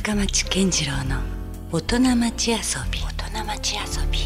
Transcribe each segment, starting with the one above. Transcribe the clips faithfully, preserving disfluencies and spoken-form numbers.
深町健次郎の大人町遊び。大人町遊び。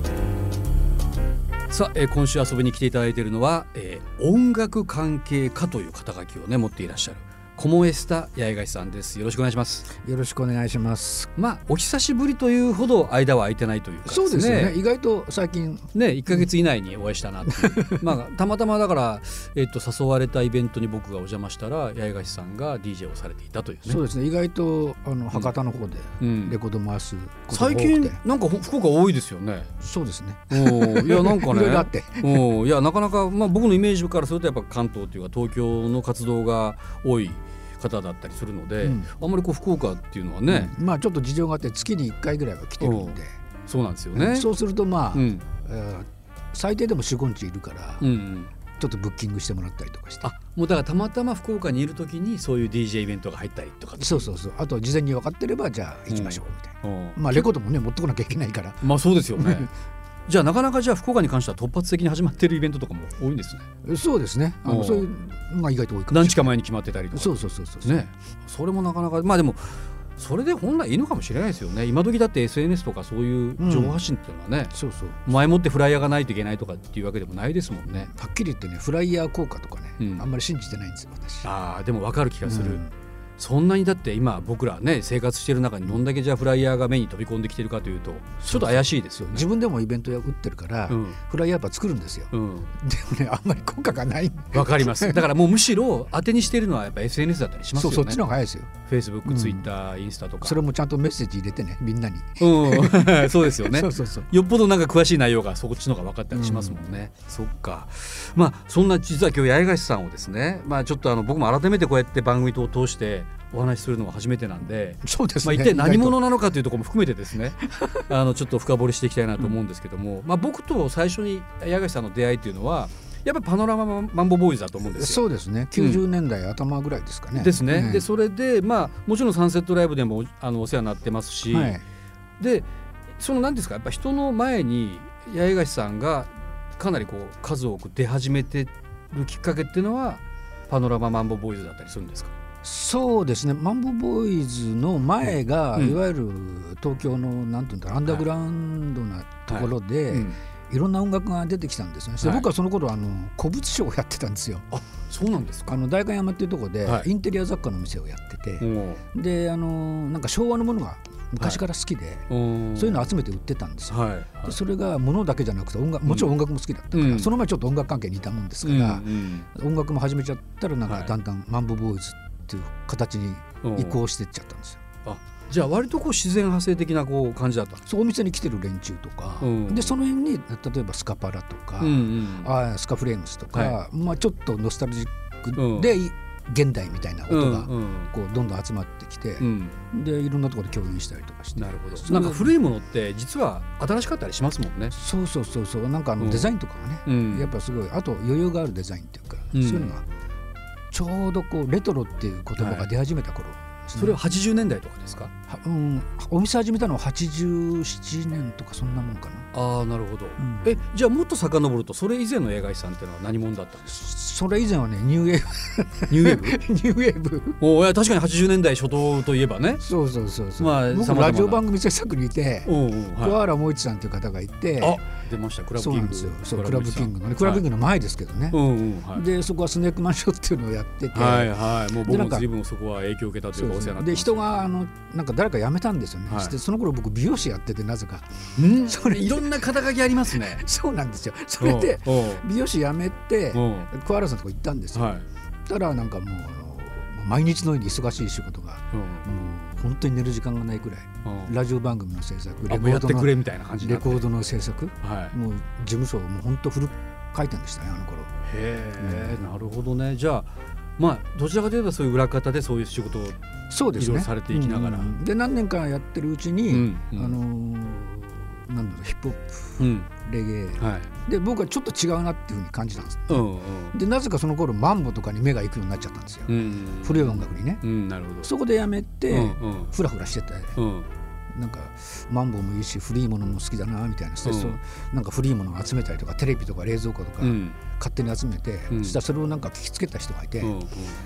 さあ、えー、今週遊びに来ていただいているのは、えー、音楽関係家という肩書きをね持っていらっしゃるコモエスタ八重樫さんです。よろしくお願いします。 よろしくお願いします。 まあお久しぶりというほど間は空いてないというかですね。 そうですね。意外と最近ねいっかげつ以内にお会いしたなっていうまあたまたまだから、えー、と誘われたイベントに僕がお邪魔したら八重樫さんが ディージェー をされていたというね。 そうですね。意外とあの博多の方でレコード回すことが多くて、 最近なんか福岡多いですよね。 そうですね。 おいやなんかねいろいろあっておいやなかなか、まあ、僕のイメージからするとやっぱ関東というか東京の活動が多い方だったりするので、うん、あんまりこう福岡っていうのはね、 うん、まあちょっと事情があって月にいっかいぐらいは来てるんで、 そうなんですよね。 そうするとまあ、うんえー、最低でも よん、ごにちいるから、うんうん、ちょっとブッキングしてもらったりとかして、 あもうだからたまたま福岡にいる時にそういう ディージェー イベントが入ったりとか。 そうそうそう。あと事前に分かってればじゃあ行きましょうみたいな、うんうん、まあレコードもね持ってこなきゃいけないから。 まあそうですよねじゃあなかなかじゃあ福岡に関しては突発的に始まっているイベントとかも多いんですね。 そうですね。あのそういうのが意外と多いかもしれない。 何日か前に決まってたりとか。 そうそうそうそうね。それもなかなかまあでもそれで本来いいのかもしれないですよね。今時だって エスエヌエス とかそういう情報発信っていうのはね、うん、そうそう前もってフライヤーがないといけないとかっていうわけでもないですもんね。 はっきり言ってねフライヤー効果とかね、うん、あんまり信じてないんですよ私。 ああでも分かる気がする、うん、そんなにだって今僕らね生活している中にどんだけじゃあフライヤーが目に飛び込んできてるかというとちょっと怪しいですよね。 自分でもイベントや打ってるから、うん、フライヤーやっぱ作るんですよ、うん、でもねあんまり効果がない。 わかります。だからもうむしろ当てにしてるのはやっぱ エスエヌエス だったりしますよね。 そうそっちの方が早いですよ。 Facebook、Twitter、インスタとか。 それもちゃんとメッセージ入れてねみんなに、 うん、そうですよねそうそうそう。 よっぽどなんか詳しい内容がそっちの方が分かったりしますもんね、うん、そっか。まあそんな実は今日八重樫さんをですね、まあ、ちょっとあの僕も改めてこうやって番組を通してお話しするのが初めてなんで、 そうですね、 まあ、一体何者なのかというところも含めてですねあのちょっと深掘りしていきたいなと思うんですけども、うんまあ、僕と最初に八重樫さんの出会いというのはやっぱりパノラママンボボーイズだと思うんですよ。 そうですね。きゅうじゅうねんだい頭ぐらいですかね、うん、 ですね、ね。でそれで、まあ、もちろんサンセットライブでもあのお世話になってますし、はい、でその何ですかやっぱ人の前に八重樫さんがかなりこう数多く出始めてるきっかけっていうのはパノラママンボボーイズだったりするんですか。 そうですね。マンボボーイズの前が、うん、いわゆる東京のなんていうんだアンダーグラウンドなところで、はいはいうんいろんな音楽が出てきたんですね。で、はい、僕はその頃あの古物商をやってたんですよ。 あ、そうなんですか。 あの代官山っていうところで、はい、インテリア雑貨の店をやってて、であのなんか昭和のものが昔から好きで、はい、そういうのを集めて売ってたんですよ、はいはい、でそれが物だけじゃなくて音楽もちろん音楽も好きだったから、うん、その前ちょっと音楽関係にいたもんですから、うんうん、音楽も始めちゃったらなんかだんだんマンボボーイズっていう形に移行していっちゃったんですよ。 あじゃあ割とこう自然派生的なこう感じだった。 そうお店に来てる連中とか、うん、でその辺に例えばスカパラとか、うんうん、あスカフレームスとか、はいまあ、ちょっとノスタルジックで、うん、現代みたいな音がこうどんどん集まってきて、うんうん、でいろんなところで共演したりとかして。 なるほど。なんか古いものって実は新しかったりしますもんね。 そうそうそうそう。なんかあのデザインとかがね、うん、やっぱすごいあと余裕があるデザインっていうか、うん、そういうのがちょうどこうレトロっていう言葉が出始めた頃、はいそれははちじゅうねんだいとかですか。 うん、お店始めたのははちじゅうななねんとかそんなもんかな。 ああなるほど、うん、えじゃあもっと遡るとそれ以前の八重樫さんっていうのは何者だったんですか。 それ以前はねニューウェーブニューウェーブニューウェーブおいや確かにはちじゅうねんだい初頭といえばね。 そうそうそうそう、 まあ、 僕ラジオ番組制作にいておうおう、はい、 桑原萌一さんという方がいてあ出ましたクラブキング。そうなんですよ。 そうクラブキングのねクラブキングの前ですけどね、はいうんうんはい、でそこはスネークマンショーっていうのをやっててはいはいもう僕も随分そこは影響を受けたというかお世話になってます。 で人があのなんか誰か辞めたんですよね、はい、でその頃僕美容師やっててなぜかんそれいろんな肩書きありますねそうなんですよ。それで美容師辞めて桑原さんのとこ行ったんですよ、はい、たらなんかもうあの毎日のように忙しい仕事が、うん、もう本当に寝る時間がないくらい、うん、ラジオ番組の制作レコードのレコードの制作、はい、もう事務所もう本当フル回転でしたねあの頃。 へえ、うん、なるほどね。じゃあまあどちらかといえばそういう裏方でそういう仕事をそうですね、 いろいろされていきながら、うん、 で何年かやってるうちに、うんうん、あのー、なんだろうヒップホップ、うん、レゲエ、はい、で僕はちょっと違うなっていうふうに感じたんです、うんうん、でなぜかその頃マンボとかに目が行くようになっちゃったんですよ、うんうん、古い音楽にね、うん、なるほど。そこでやめて、うんうん、フラフラしてて、うんなんかマンボもいいし古いものも好きだなみたいな、うん、そうなんか古いものを集めたりとかテレビとか冷蔵庫とか勝手に集めて、うん、そしたらそれをなんか聞きつけた人がいて、うんうん、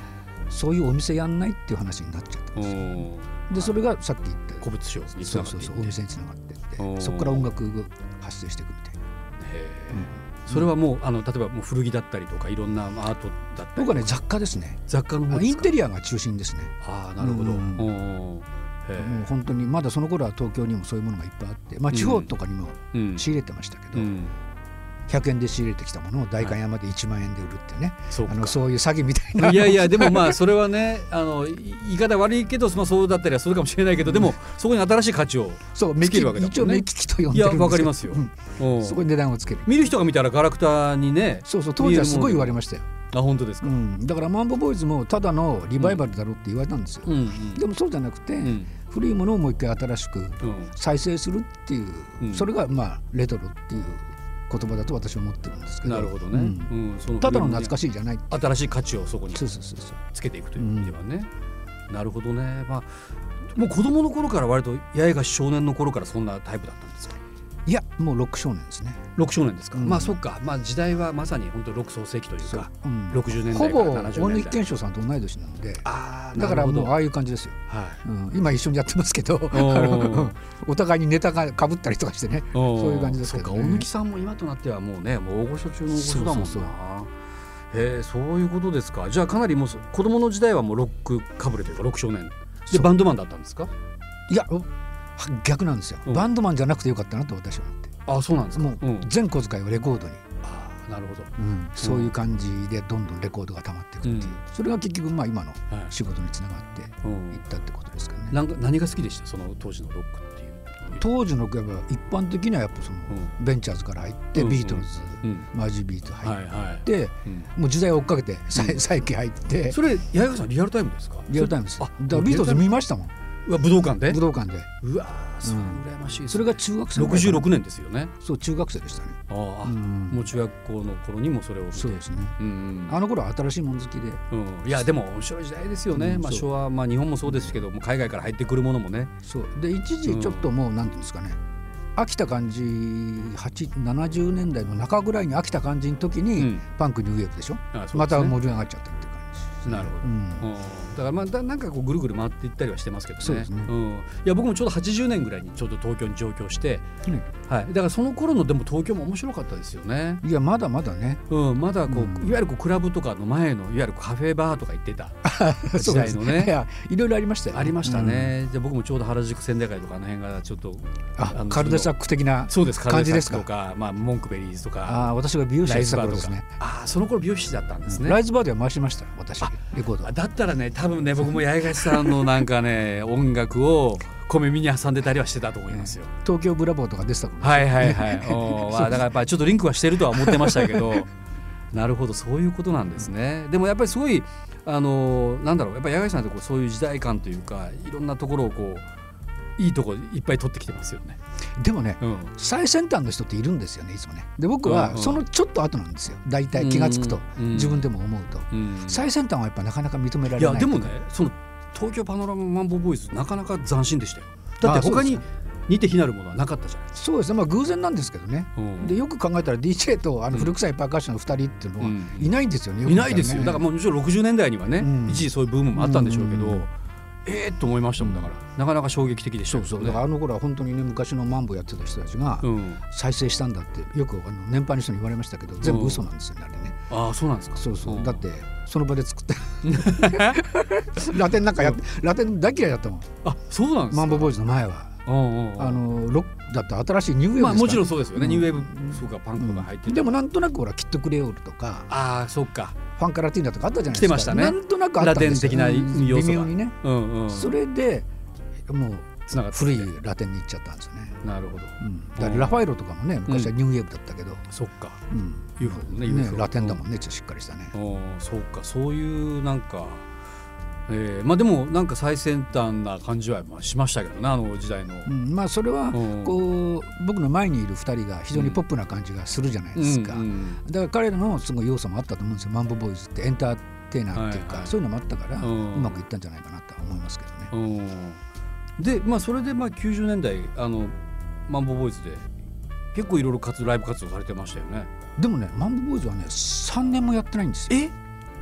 そういうお店やんないっていう話になっちゃったんですよ。でそれがさっき言った古物商につながっていって、そうそうそう、 お店につながっていって、そこから音楽が発生していくみたいな。 へー、それはもうあの例えばもう古着だったりとかいろんなアートだったり、 僕はね雑貨ですね。 雑貨の方ですか。 インテリアが中心ですね。 ああ、なるほど。うん、 もう本当にまだその頃は東京にもそういうものがいっぱいあって、まあ、地方とかにも仕入れてましたけど、うんうん、ひゃくえんで仕入れてきたものを代官山でいちまんえんで売るってね、はい、あのそういう詐欺みたいな。 いやいやでもまあそれはねあの言い方悪いけど、まあ、そうだったりはするかもしれないけど、でもそこに新しい価値をつけるわけだもんね。 一応目利きと呼んでるんですけど、 いやわかりますよ、 うん、そこに値段をつける。 見る人が見たらガラクタにね、 そうそう、当時はすごい言われましたよ。 あ、本当ですか。うん、 だからマンボボーイズもただのリバイバルだろうって言われたんですよ、うんうん、でもそうじゃなくて、うん、古いものをもう一回新しく再生するっていう、うん、それがまあレトロっていう言葉だと私は思ってるんですけど。 なるほどね、うんうん、そのただの懐かしいじゃない新しい価値をそこにつけていくという意味ではね、うん、なるほどね。まあ、もう子供の頃から割と八重樫少年の頃からそんなタイプだったんですか。 いやもうロック少年ですね。 ロック少年ですか、うん、まあそっか、まあ、時代はまさに本当ロック創世期というか、うん、ろくじゅうねんだいからななじゅうねんだい、 ほぼ大貫健翔さんと同い年なので、あだからもうああいう感じですよ、はいうん、今一緒にやってますけどお, お互いにネタがかぶったりとかしてね、そういう感じですけど、ね、 そうか、大貫さんも今となってはもうね、もう大御所中の大御所だもんな。そうそうそう、へえ、そういうことですか。じゃあかなりもう子供の時代はもうロックかぶれというかロック少年でバンドマンだったんですか。 いや逆なんですよ、うん、バンドマンじゃなくてよかったなと私は思って。 あ、そうなんですか。 もう全小遣いをレコードに、 あ、なるほど、 うん、そういう感じでどんどんレコードが溜まっていくっていう、うん、それが結局まあ今の仕事につながっていったってことですかね、 うん、なんか何が好きでした、その当時のロックっていう。 当時のやっぱ一般的にはやっぱその、うん、ベンチャーズから入って、うん、ビートルズ、うん、マージービート入って、はいはい、もう時代を追っかけて再起入って、 それ八重樫さんリアルタイムですか。 リアルタイムです。あ、だからビートルズ見ましたもん。 うわ、武道館で武道館で。 うわ、それ羨ましいですね。 それが中学生ろくじゅうろくねんですよね。 そう、中学生でしたね。 ああ、うん、もう中学校の頃にもそれを見て。 そうですね、うんうん、あの頃は新しいもの好きで、 うん、いやでも面白い時代ですよね、うん、まあ、昭和、まあ、日本もそうですけども海外から入ってくるものもね。 そうで一時ちょっともうなんていうんですかね、飽きた感じ、ななじゅうねんだいの中ぐらいに飽きた感じの時に、うん、パンクニューウェーブでしょ、ああですね、また盛り上がっちゃったっていう感じ。 なるほど、うん、だからまあだなんかこうぐるぐる回っていったりはしてますけどね。 そうですね、 うん、いや僕もちょうどはちじゅうねんぐらいにちょうど東京に上京して、うん、はい、だからその頃のでも東京も面白かったですよね。 いやまだまだね、 うん、まだこう、うん、いわゆるこうクラブとかの前のいわゆるカフェバーとか行ってた時代のねいやいろいろありましたよ。 ありましたね、うん、じゃあ僕もちょうど原宿千駄街とかあの辺がちょっとあカルデサック的な感じですか。 とか、まあ、モンクベリーズとか、 あ私が美容師やってた頃ですね。 あその頃美容師だったんですね、 うん、ライズバーでは回しました私レコード。 だったらね多分ね僕も八重樫さんのなんかね音楽を小耳に挟んでたりはしてたと思いますよ。 東京ブラボーとか出てたもんね。 はいはいはいおだからやっぱりちょっとリンクはしてるとは思ってましたけどなるほどそういうことなんですね。でもやっぱりすごいあのなんだろうやっぱり八重樫さんってこうそういう時代感というかいろんなところをこういいとこいっぱい取ってきてますよね。 でもね、うん、最先端の人っているんですよねいつもね。で僕はそのちょっと後なんですよ大体気がつくと、うんうん、自分でも思うと、うん、最先端はやっぱなかなか認められない。いやでもねその東京パノラママンボボーイズなかなか斬新でしたよ。だって他に似て非なるものはなかったじゃないですか。 そうですね、まあ、偶然なんですけどね、うん、でよく考えたら ディージェー とあの古臭いパーカッションのふたりっていうのはいないんですよね、うん、 いないですよ。だからもちろんろくじゅうねんだいにはね、うん、一時そういうブームもあったんでしょうけど、うん、えーっと思いましたもん。だからなかなか衝撃的でしたよね。 そうそうだからあの頃は本当にね昔のマンボやってた人たちが再生したんだってよくあの年配の人に言われましたけど全部嘘なんですよね、うん、あれね。 ああそうなんですか。 そうそう、だってその場で作ったラテンなんかやってラテン大嫌いだったもん。 あそうなんですか。 マンボボーイズの前はおうおうおうあのロックだって新しいニューウェーブですから、まあ、 もちろんそうですよね、うん、ニューウェーブそうかパンクとか入ってる、 うん、でもなんとなくほらキットクレオールとかああそうかファンカラティーナとかあったじゃないですか。 来てましたね。 なんとなくあったんですよラテン的な要素が微妙にね、 うんうん、 それでもうつながって古いラテンに行っちゃったんですよね。 なるほど、 うん、だからラファエロとかもね昔はニューウェーブだったけど、うん、 そっか、 うん、 ユーフォー ね, ねラテンだもんね、うん、ちょっとしっかりしたね。 おそうかそういうなんかえーまあ、でもなんか最先端な感じはしましたけどねあの時代の、 うん、まあそれはこう僕の前にいるふたりが非常にポップな感じがするじゃないですか、うんうん、だから彼らのすごい要素もあったと思うんですよ。マンボボーイズってエンターテイナーっていうか、はいはい、そういうのもあったからうまくいったんじゃないかなとは思いますけどね。 で、まあ、それでまあきゅうじゅうねんだいあのマンボボーイズで結構いろいろライブ活動されてましたよね。 でもねマンボボーイズはねさんねんもやってないんですよ。 え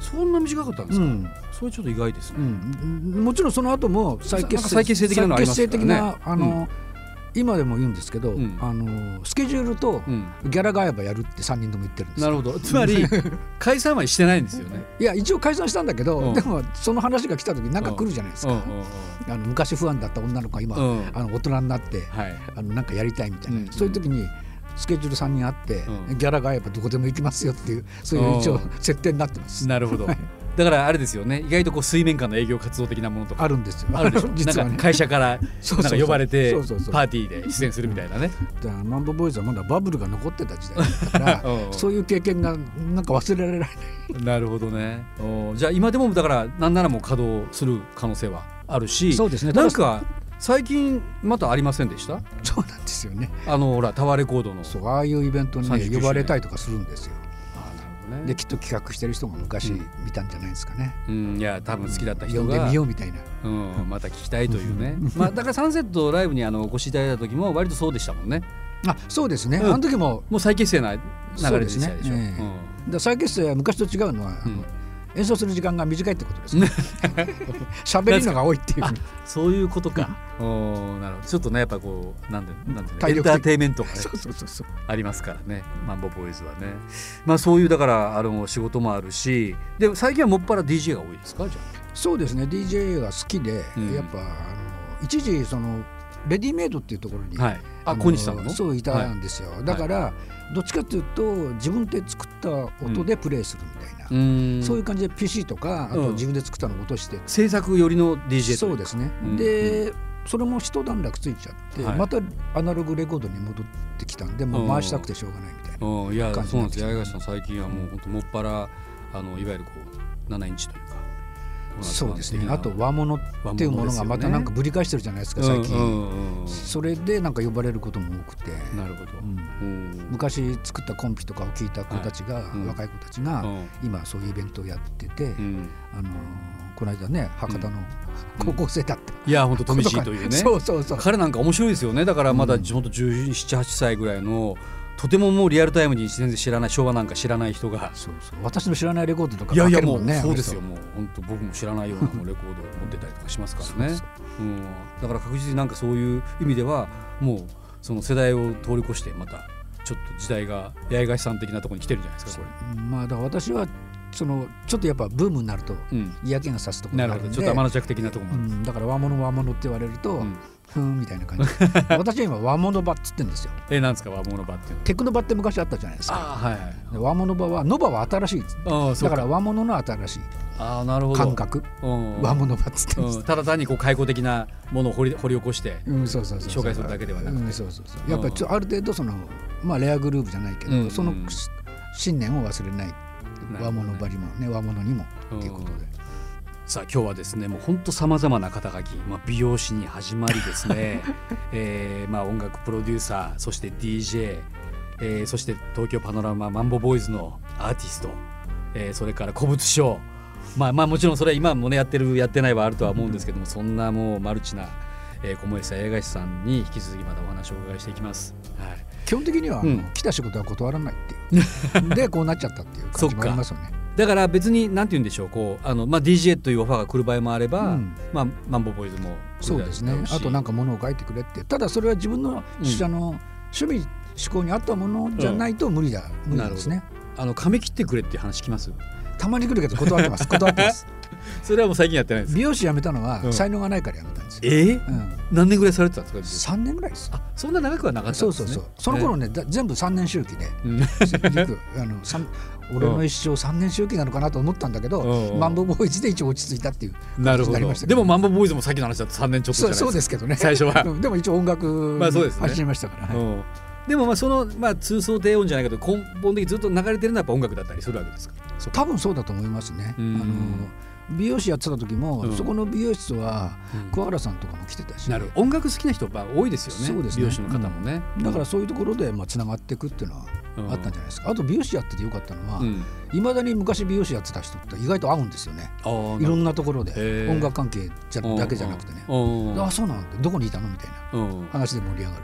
そんな短かったんですか、うん、それちょっと意外ですね、 うん、もちろんその後も再結成、 再結成的なのありますからね。 あの、うん今でも言うんですけど、うん、あのスケジュールとギャラが合えばやるってさんにんとも言ってるんですよ。 なるほど。つまり解散はしてないんですよね。 いや一応解散したんだけど、うん、でもその話が来た時なんか来るじゃないですか、うんうんうん、あの昔不安だった女の子が今、うん、あの大人になって、はい、あのなんかやりたいみたいな、うん、そういう時にスケジュールさんにんあって、うん、ギャラが合えばどこでも行きますよっていうそういう一応設定になってます。 なるほど。だからあれですよね、意外とこう水面下の営業活動的なものとかあるんですよ。 あるでしょ実は、ね、なんか会社からなんか呼ばれてパーティーで出演するみたいなね。 だからマンボボーイズはまだバブルが残ってた時代だからそういう経験がなんか忘れられない。 なるほどね。おじゃあ今でもだからなんならもう稼働する可能性はあるし、 そうですね。 なんか最近またありませんでした？ そうなんですよね。 あのほらタワーレコードのそうああいうイベントに、ね、呼ばれたりとかするんですよ。できっと企画してる人が昔見たんじゃないですかね、 うんうん、いや多分好きだった人が呼んでみようみたいな、 うん、また聞きたいというねまあだからサンセットライブにあのご支持いただいた時も割とそうでしたもんね。 あそうですね、うん、あの時ももう再結成な流れでしたでしょ。 ね、うん、だ再結成は昔と違うのは、うん演奏する時間が短いってことですね。喋るのが多いっていう。 そういうことか。おなるほど。ちょっとねやっぱこうなんでなんで、ね、エンターテインメントが、ね、 そうそうそうそうありますからね。マンボボーイズはね。まあそういうだからあの仕事もあるし、でも最近はもっぱら ディージェー が多いですかじゃあ。 そうですね ディージェー が好きで、うん、やっぱあの一時そのレディメイドっていうところに、 はい、あ小西さんのそういたんですよ、はい、だから、どっちかというと自分で作った音でプレイするみたいな、うん、そういう感じで ピーシー とかあと自分で作ったのを落として、うん、 制作寄りの ディージェーそうですね、うん、で、うん、それも一段落ついちゃって、はい、またアナログレコードに戻ってきたんでもう回したくてしょうがないみたいな感じになってきた。 いやそうなんです。八重樫さん最近はもう本当もっぱらあのいわゆるこうななインチというかそうですね。あと和物っていうものがまたなんかぶり返してるじゃないですか最近、うんうんうん、それでなんか呼ばれることも多くて。 なるほど、 うん、昔作ったコンピとかを聞いた子たちが、はい、若い子たちが今そういうイベントをやってて、うん、あのこの間ね博多の高校生だった、 うん、いや本当富士というねそうそうそう彼なんか面白いですよね。だからまだ本当じゅうなな、はっさいぐらいのとてももうリアルタイムに全然知らない昭和なんか知らない人がそうそう私の知らないレコードとかかけるもんね。 いやいやもうそうですよ。もう本当僕も知らないようなもうレコードを持ってたりとかしますからねそうそう、うん、だから確実になんかそういう意味ではもうその世代を通り越してまたちょっと時代が八重樫さん的なところに来てるんじゃないですかこれ。まあだから私はそのちょっとやっぱブームになると嫌気がさすところがあるんで、 うん、なるほどちょっと天の弱的なところもある、 うん、だから和物和物って言われると、うんふんみたいな感じ私は今和物場っつってんですよ。 えなんですか和物場っていうの。 テクノ場って昔あったじゃないですか。 あ、はいはい、 和物場はノバは新しいだから和物の新しいあなるほど感覚和物場っつってんです、 うん、ただ単にこう開放的なものを掘り、掘り起こして、 うん、そうそうそう紹介するだけではなくて、 うん、そうそうそうやっぱりある程度その、まあ、レアグルーヴじゃないけど、うん、その信念を忘れない和物場にもね和物にもっていうことで。 さあ今日はですねもう本当さまざまな肩書き、まあ、美容師に始まりですね、えーまあ、音楽プロデューサーそして ディージェー、えー、そして東京パノラママンボボーイズのアーティスト、えー、それから古物商、まあ、まあもちろんそれは今もねやってるやってないはあるとは思うんですけども、そんなもうマルチな、えー、小森さん八重樫さんに引き続きまたお話をお伺いしていきます、はい、 基本的には、うん、来た仕事は断らないっていうでこうなっちゃったっていう感じもありますよね。 だから別に何て言うんでしょうこうあの、まあ、ディージェー というオファーが来る場合もあれば、うんまあ、マンボボーイズもそうですね。あとなんかものを書いてくれってただそれは自分の、うん、あの趣味嗜好に合ったものじゃないと無理だ、うん、無理ですね。 あの髪切ってくれっていう話聞きます？ たまに来るけど断ってます断ってますそれはもう最近やってないです。 美容師辞めたのは才能がないから辞めたんですよ、 うん、えーうん、何年ぐらいされてたんですか？ さんねんぐらいです。 あそんな長くはなかったんですね。 そうそうそうその頃ね、えー、全部さんねん周期で、うん、よくあの俺の一生さんねん周期なのかなと思ったんだけど、うん、マンボボーイズで一応落ち着いたっていう感じになりましたけど。 でもマンボボーイズもさっきの話だとさんねんちょっとじゃないですか。 そうですけどね最初はでも一応音楽走りましたから、 まあそうですね、はい、でもまあその、まあ、通奏低音じゃないけど根本的にずっと流れてるのはやっぱ音楽だったりするわけですか？ 多分そうだと思いますね。あの美容師やってた時も、うん、そこの美容室は桑原さんとかも来てたし、 なる音楽好きな人は多いですよね。 そうですね、 美容師の方もね、 うん、だからそういうところでまあつながっていくっていうのはあったんじゃないですか。あと美容師やっててよかったのは、いま、うん、だに昔美容師やってた人って意外と合うんですよね。いろんなところで音楽関係じゃだけじゃなくてね、あそうなんてどこにいたのみたいな話で盛り上がるって。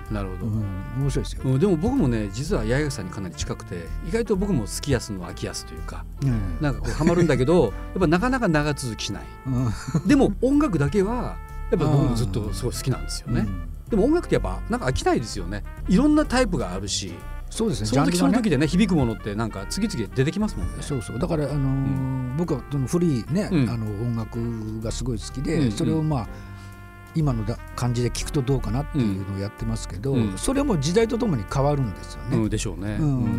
なるほど、 うん、面白いですよ、 うん、でも僕もね実は八重樫さんにかなり近くて意外と僕も好きやすの飽きやすというか、うん、なんかこうハマるんだけどやっぱなかなか長続きしない、うん、でも音楽だけはやっぱ僕もずっとすごい好きなんですよね、うん、でも音楽ってやっぱなんか飽きないですよね。いろんなタイプがあるし、 そうですね、 その時その時でね響くものってなんか次々出てきますもんね。 そうそう、だから、あのーうん、僕はその古いね、うん、あの音楽がすごい好きで、うんうん、それをまあ今の感じで聞くとどうかなっていうのをやってますけど、うん、それも時代とともに変わるんですよね、 うん、でしょうね、 うんうん、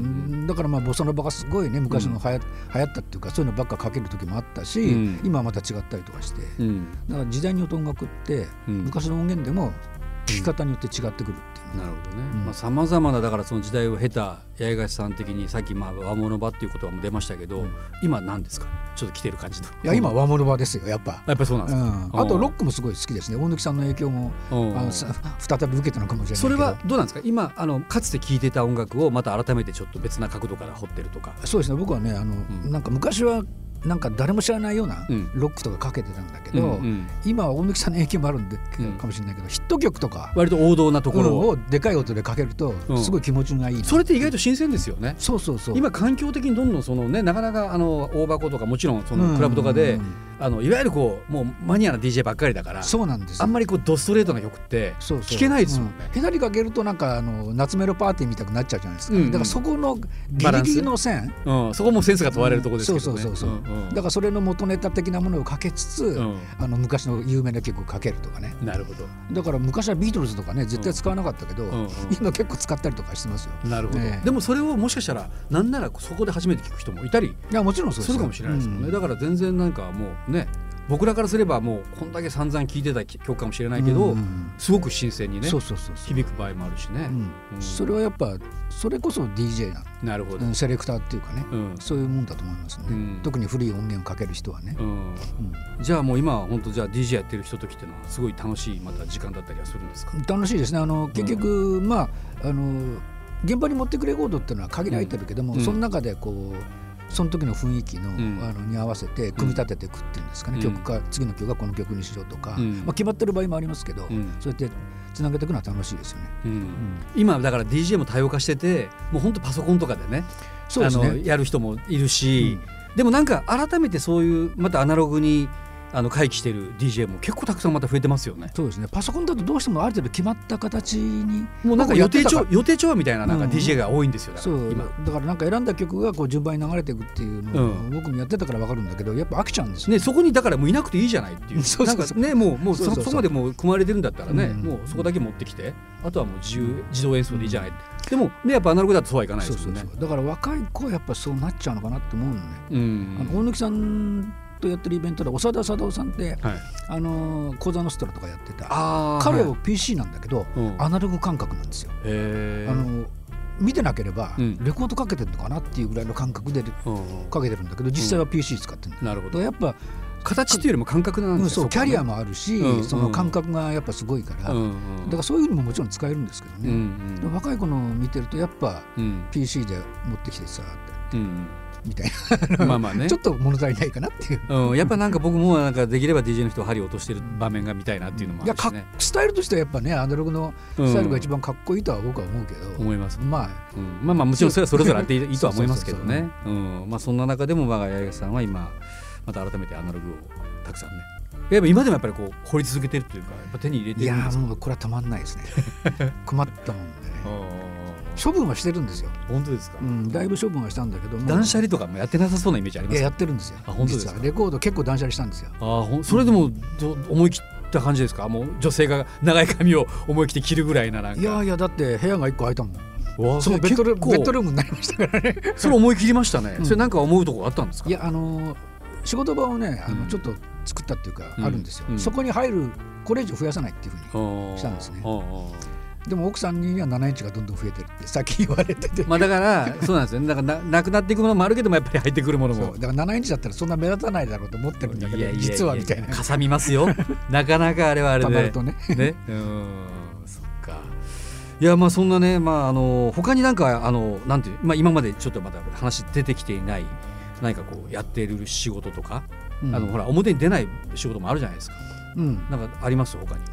だからまあボサノバがすごいね昔のはや、うん、流行ったっていうかそういうのばっかかける時もあったし、うん、今はまた違ったりとかして、うん、だから時代によって音楽って、うん、昔の音源でも聴き方によって違ってくるっていう、 なるほどね、うん、まあ、様々なだからその時代を経た八重樫さん的にさっきまあ和物場っていう言葉も出ましたけど、うん、今何ですかちょっと来てる感じの。 いや今和物場ですよやっぱ。 やっぱそうなんですか、 うん、あとロックもすごい好きですね。大貫さんの影響もあの再び受けたのかもしれないけど。 それはどうなんですか今あのかつて聴いてた音楽をまた改めてちょっと別な角度から掘ってるとか。 そうですね、僕はねあの、うん、なんか昔はなんか誰も知らないようなロックとかかけてたんだけど、うんうん、今は大貫さんの影響もあるんで、うん、かもしれないけどヒット曲とか割と王道なところをでかい音でかけるとすごい気持ちがいい、うん、 それって意外と新鮮ですよね。 そうそうそう、 今環境的にどんどんその、ね、なかなかあの大箱とかもちろんそのクラブとかで、うんうんうん、あのいわゆるこうもうマニアな ディージェー ばっかりだから、 そうなんです、 あんまりこうドストレートな曲って聴けないですもんね。 そうそう、うん、下手にかけるとなんかあの夏メロパーティーみたくなっちゃうじゃないですか、うんうん、だからそこのギリギリの線、 うん、そこもセンスが問われるところですけどね、 うん、そうそうそうそう、うんうん、だからそれの元ネタ的なものをかけつつ、うん、あの昔の有名な曲をかけるとかね。 なるほど。 だから昔はビートルズとかね絶対使わなかったけど、うんうんうん、今結構使ったりとかしてますよ。 なるほど、ね、でもそれをもしかしたらなんならそこで初めて聞く人もいたり、いやもちろんそうするかもしれないですもんね、うん、だから全然なんかもうね僕らからすればもうこんだけ散々聴いてた曲かもしれないけど、うんうん、すごく新鮮にねそうそうそうそう響く場合もあるしね、うんうん、それはやっぱそれこそ ディージェー な、なるほど、セレクターっていうかね、うん、そういうもんだと思いますね、うん、特に古い音源をかける人はね、うんうん、 じゃあもう今は本当じゃあ ディージェー やってる人時っていうのはすごい楽しいまた時間だったりはするんですか。 楽しいですね。あの結局、うん、まああの現場に持ってくレコードっていうのは限られてるけども、うん、その中でこうその時の雰囲気 の,、うん、あのに合わせて組み立てていくっていうんですかね、うん、曲か次の曲はこの曲にしようとか、うんまあ、決まってる場合もありますけど、うん、そうやってつなげていくのは楽しいですよね、うんうん、 今だから ディージェー も多様化しててもう本当パソコンとかでね、 そうですね、 あのやる人もいるし、うん、でもなんか改めてそういうまたアナログにあの回帰してる ディージェー も結構たくさんまた増えてますよね。 そうですね、パソコンだとどうしてもある程度決まった形にもうなんか予定調予定調和みたいななんか ディージェー が多いんですよ、だからそう今だからなんか選んだ曲がこう順番に流れていくっていうのを僕もやってたから分かるんだけど、やっぱ飽きちゃうんですよ、 ね、そこにだからもういなくていいじゃないっていうそうそうそう、なんかねもうもうそこまでもう組まれてるんだったらね、うん、もうそこだけ持ってきてあとはもう自由自動演奏でいいじゃない、うん、でもねやっぱアナログだとそうはいかないですよね。そうそうそう、 だから若い子はやっぱそうなっちゃうのかなって思うのね、うん、あの大貫さんとやってるイベントで長田貞夫さんって、はい、あのコザノストラとかやってた彼は ピーシー なんだけど、はい、アナログ感覚なんですよ。へあの見てなければレコードかけてるのかなっていうぐらいの感覚でかけてるんだけど、実際は ピーシー 使ってるんだ、うん、なるほど。やっぱ形っていうよりも感覚なんですよ、うん、 そうキャリアもあるし、うんうん、その感覚がやっぱすごいから、うんうん、だからそういうのももちろん使えるんですけどね、うんうん、若い子の見てるとやっぱ ピーシー で持ってきてさって、うんうんみたいなまあまあ、ね、ちょっと物足りないかなっていう、 うん、やっぱなんか僕もなんかできれば ディージェー の人を針を落としてる場面が見たいなっていうのもあるし、ね、 いやスタイルとしてはやっぱねアナログのスタイルが一番かっこいいとは僕は思うけど、 うん、思います、 まあうん、まあまあもちろんそれはそれぞれあっていいとは思いますけどね。そんな中でも我が八重樫さんは今また改めてアナログをたくさんねやっぱ今でもやっぱりこう掘り続けてるというかやっぱ手に入れてるんですか。 いやもうこれはたまんないですね困ったもんでね処分はしてるんですよ。 本当ですか、 うん、だいぶ処分はしたんだけども断捨離とかもやってなさそうなイメージありますか。 いややってるんですよ。 あ本当ですか。 実はレコード結構断捨離したんですよ。 あほそれでもど思い切った感じですか。もう女性が長い髪を思い切って着るぐらいななんか。 いやいやだって部屋がいっこ空いたもん。そのベッドルームベッドルームになりましたからねそれ思い切りましたね、うん、それなんか思うとこあったんですか。 いやあの仕事場をねあのちょっと作ったっていうか、うん、あるんですよ、うん、そこに入るこれ以上増やさないっていうふうにしたんですね。でも奥さんにはななインチがどんどん増えてるってさっき言われててまあだからそうなんですよね。だから な, なくなっていくものもあるけどもやっぱり入ってくるものもだからななインチだったらそんな目立たないだろうと思ってるんだけどいやいやいや実はみたいなかさみますよなかなかあれはあれでたまるとねねうんそっか。いやまあそんなね、まあ、あの他になんかあのなんていう、まあ、今までちょっとまだ話出てきていない何かこうやっている仕事とか、うん、あのほら表に出ない仕事もあるじゃないですか、うん、なんかあります他に。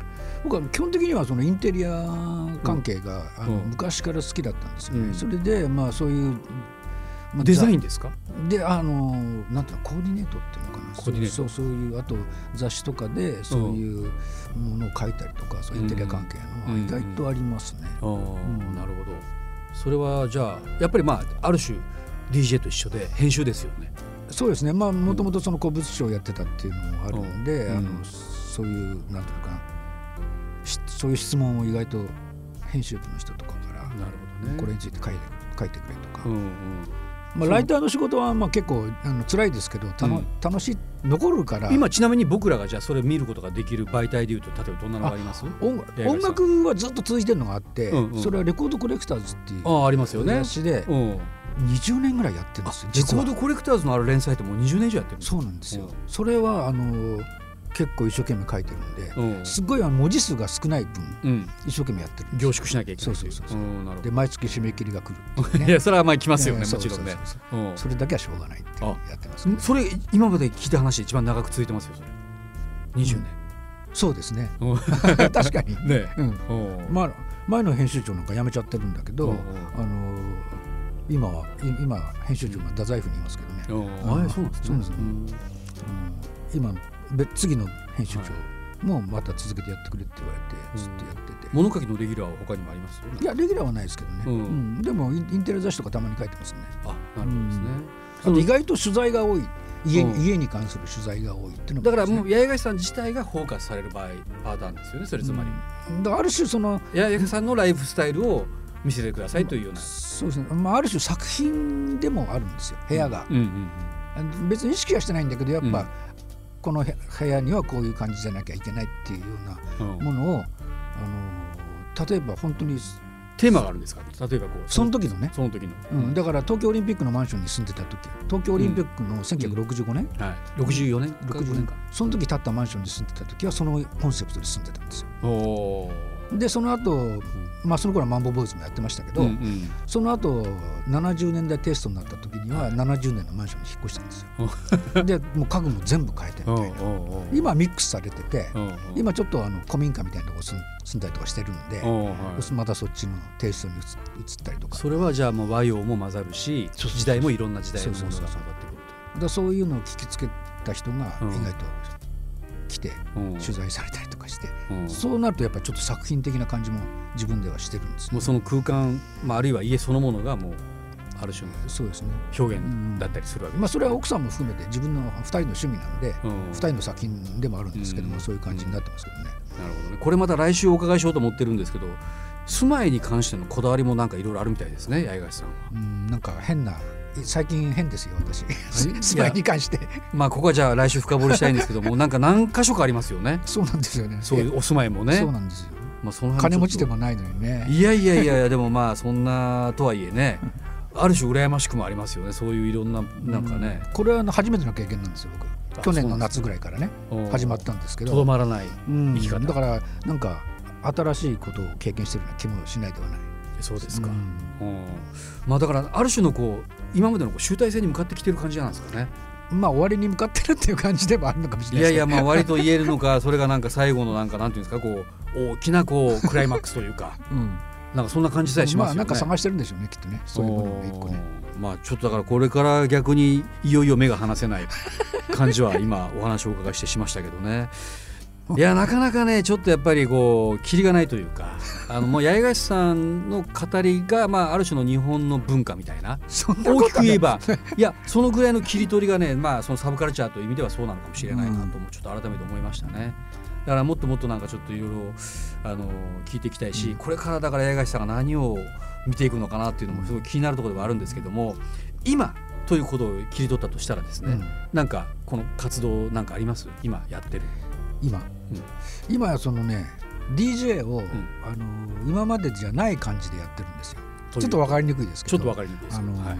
僕は基本的にはそのインテリア関係が、うん、あの昔から好きだったんですよね、うん、それでまあそういう、 まあ、デザインですか？ であのなんていうのコーディネートっていうのかな、 コーディネート、 そうそういうあと雑誌とかでそういうものを書いたりとか、そういうインテリア関係の意外とありますね、 うんうんうん、なるほど。それはじゃあやっぱりまあある種 ディージェー と一緒で編集ですよね。 そうですね、まあもともとその古物商をやってたっていうのもあるんで、うん、あのそういうなんていうのかな、そういう質問を意外と編集部の人とかから、なるほどね、これについて書いて、書いてくれとか、うんうん、まあ、ライターの仕事はまあ結構あの辛いですけど、たの、うん、楽しい残るから。 今ちなみに僕らがじゃあそれ見ることができる媒体でいうと例えばどんなのがあります？ 音楽、音楽はずっと続いてるのがあって、うんうん、それはレコードコレクターズっていうあありますよね、 雑誌で、うん、にじゅうねんぐらいやってるんですよ。 レコードコレクターズのある連載ってもうにじゅうねん以上やってるんです。 そうなんですよ、うん、それはあの結構一生懸命書いてるんで、うん、すごい文字数が少ない分、うん、一生懸命やってるんです。 凝縮しなきゃいけない。 そうそうそう、うん、で毎月締め切りが来る、 ね、いやそれはまあ来ますよね、もちろんね。 それだけはしょうがないってやってます、ね、 それ今まで聞いた話で一番長く続いてますよ、それにじゅうねん、うん、 そうですね確かにね、うん、まあ、前の編集長なんか辞めちゃってるんだけど、あの今は今編集長が太宰府にいますけどね。 ああ、そうなんですね。 そうですね、うん、今次の編集長もまた続けてやってくれって言われてずっとやってて、 物書きのレギュラーは他にもあります？ いやレギュラーはないですけどね、うんうん、でもインテリ雑誌とかたまに書いてますね。 あ、なるほどですね、 うん、あと意外と取材が多い、家に、うん、家に関する取材が多いっていうのも、ね、 だからもう八重樫さん自体がフォーカスされる場合パターンですよね、それつまり、 うん、だからある種その八重樫さんのライフスタイルを見せてくださいというような、 そうですね、まあ、ある種作品でもあるんですよ、部屋が、うんうんうん、別に意識はしてないんだけどやっぱ、うん、この部屋にはこういう感じじゃなきゃいけないっていうようなものを、うん、あの例えば本当にテーマがあるんですか？例えばこうその時のね、 その時の、 うん、だから東京オリンピックのマンションに住んでた時、東京オリンピックのせんきゅうひゃくろくじゅうごねん、 うんはい、ろくじゅうよねんろくじゅうねんか、その時建ったマンションに住んでた時はそのコンセプトで住んでたんですよ。おでその後、まあその頃はマンボボーイズもやってましたけど、うんうん、その後ななじゅうねんだいテイストになった時にはななじゅうねんのマンションに引っ越したんですよでもう家具も全部変えてみたいな今ミックスされてて、今ちょっとあの古民家みたいなとこ住ん住んだりとかしてるんで、はい、またそっちのテイストに移ったりとか、 それはじゃあもう和洋も混ざるし、時代もいろんな時代のものが混ざってくると、 だそういうのを聞きつけた人が意外と来て取材されたりとかして、うん、そうなるとやっぱりちょっと作品的な感じも自分ではしてるんです、ね、 もうその空間、まあ、あるいは家そのものがもうある種の表現だったりするわけです、 うん、まあ、それは奥さんも含めて自分のふたりの趣味なので、うん、ふたりの作品でもあるんですけども、うん、そういう感じになってますけどね、 うん、なるほどね。これまた来週お伺いしようと思ってるんですけど、住まいに関してのこだわりもなんかいろいろあるみたいですね、八重樫さんは。 うん、なんか変な最近変ですよ私住まいに関してまあここはじゃあ来週深掘りしたいんですけどもなんか何箇所かありますよね。 そうなんですよね。 そういうお住まいもね。 そうなんですよ、まあ、その金持ちでもないのにね。 いやいやいやでもまあそんなとはいえねある種羨ましくもありますよね、そういういろんななんかね、 うん、これは初めての経験なんですよ僕。去年の夏ぐらいからね始まったんですけど、 とどまらない生き方、うん、 だからなんか新しいことを経験してるような気もしないではない。 そうですか、うんうん、まあだからある種のこう今までのこう集大成に向かってきてる感じなんですかね。 まあ終わりに向かってるっていう感じでもあるのかもしれないですけど、 いやいやまあ割と言えるのかそれがなんか最後のなんかなんていうんですかこう大きなこうクライマックスというか、うん、なんかそんな感じさえしますよね。 まあなんか探してるんでしょうねきっとね、そういうものを一個ね。 まあちょっとだからこれから逆にいよいよ目が離せない感じは今お話をお伺いしてしましたけどね。いやなかなかねちょっとやっぱりこうキリがないというか、あのもう八重樫さんの語りが、まあ、ある種の日本の文化みたいな、 そんな大きく言えばいやそのぐらいの切り取りがね、まあ、そのサブカルチャーという意味ではそうなのかもしれないなともちょっと改めて思いましたね。だからもっともっとなんかちょっといろいろあの聞いていきたいし、うん、これからだから八重樫さんが何を見ていくのかなっていうのもすごい気になるところではあるんですけども、今ということを切り取ったとしたらですね、うん、なんかこの活動なんかあります今やってる今、うん、今はそのね ディージェー を、うん、あの今までじゃない感じでやってるんですよ。ちょっと分かりにくいですけど、 ちょっと分かりにくいです、あの、はい、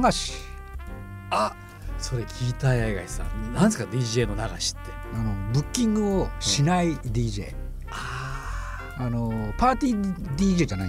流し、 あそれ聞いた八重樫さん、なんですか ディージェー の流しって。 あのブッキングをしない ディージェー、うん、ああのパーティー ディージェー じゃないんですよ。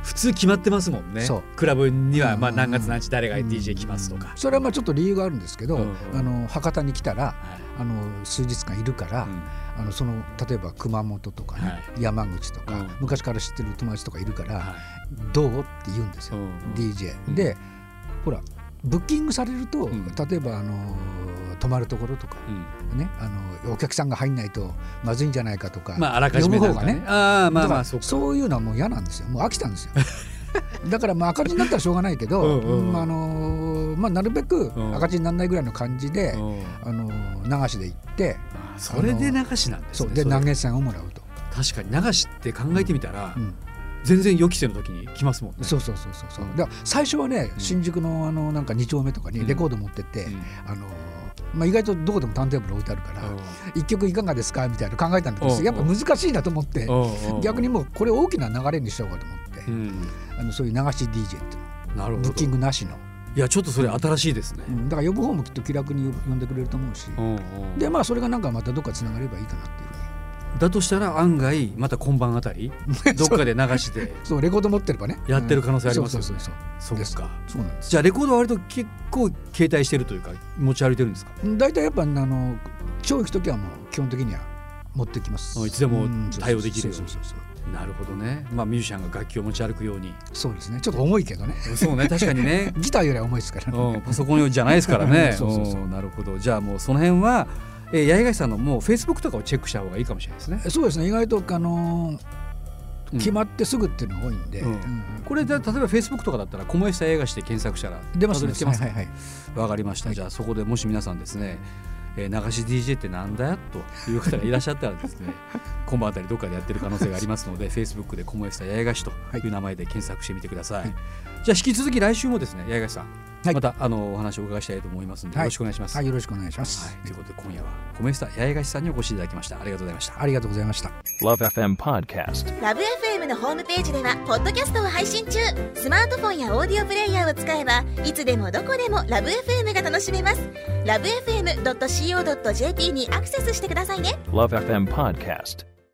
普通決まってますもんね。クラブにはまあ何月何日誰が ディージェー 来ますとか、 それはまあちょっと理由があるんですけど、うんうん、あの博多に来たら、はい、あの数日間いるから、うん、あのその例えば熊本とか、ねはい、山口とか、うん、昔から知ってる友達とかいるから、はい、どうって言うんですよ、うんうん、ディージェー で、ほらブッキングされると、うん、例えばあの泊まるところとか、うんね、あのお客さんが入んないとまずいんじゃないかとか、 まあ、あらかじめなんかね、 読む方がね、あまあまあそうか、そういうのはもう嫌なんですよ。もう飽きたんですよだからまあ赤字になったらしょうがないけどうん、うんあのまあ、なるべく赤字にならないぐらいの感じで、うん、あの流しで行って、 それで流しなんですね。 そうで投げ銭をもらうと。 確かに流しって考えてみたら、うんうん全然予期せぬ時に来ますもんね。 そうそうそうそう。だから最初はね、うん、新宿のあのなんかに丁目とかにレコード持ってって、うん、あのまあ、意外とどこでもターンテーブル置いてあるから一曲いかがですかみたいな考えたんだけど、やっぱ難しいなと思って逆にもうこれ大きな流れにしようかと思って、うん、あのそういう流し ディージェー っていうの、なるほど、ブッキングなしの。 いやちょっとそれ新しいですね、 うん、だから呼ぶ方もきっと気楽に呼んでくれると思うし、うんうん、でまあそれがなんかまたどっかつながればいいかなっていう。 だとしたら案外また今晩あたりどっかで流してそうレコード持ってればねやってる可能性ありますよね。そうですか。そうなんです。じゃあレコードは割と結構携帯してるというか持ち歩いてるんですか。 だいたいやっぱあの超行くときはもう基本的には持ってきます。 いつでも対応できるように。なるほどね。まあミュージシャンが楽器を持ち歩くように。 そうですね。ちょっと重いけどね。 そうね、確かにねギターよりは重いですからね、 うん、パソコン用じゃないですからねそうそうそう。なるほど。じゃあもうその辺はえー、八重樫さんのもうフェイスブックとかをチェックした方がいいかもしれないですね。 そうですね。意外と、あのー、決まってすぐっていうのが多いんで、うんうん、 これで例えばフェイスブックとかだったら小林八重樫で検索したら出ますね。 出ますね。 はいはいはい、 わかりました、はい、じゃあそこでもし皆さんですね、えー、流し ディージェー ってなんだよという方がいらっしゃったらですね今晩あたりどっかでやってる可能性がありますのでフェイスブックで小林八重樫という名前で検索してみてください、はい、じゃあ引き続き来週もですね八重樫さん、はい、またあのお話をお伺いしたいと思いますので、はい、よろしくお願いします。 はい、よろしくお願いします、 はい、ということで今夜は小林八重樫さんにお越しいただきました。ありがとうございました。 ありがとうございました。 ラブエフエム Podcast ラブ エフエム のホームページではポッドキャストを配信中。スマートフォンやオーディオプレイヤーを使えばいつでもどこでもラブ エフエム が楽しめます。 ラブエフエムドットシーオードットジェーピー にアクセスしてくださいね。 ラブエフエム Podcast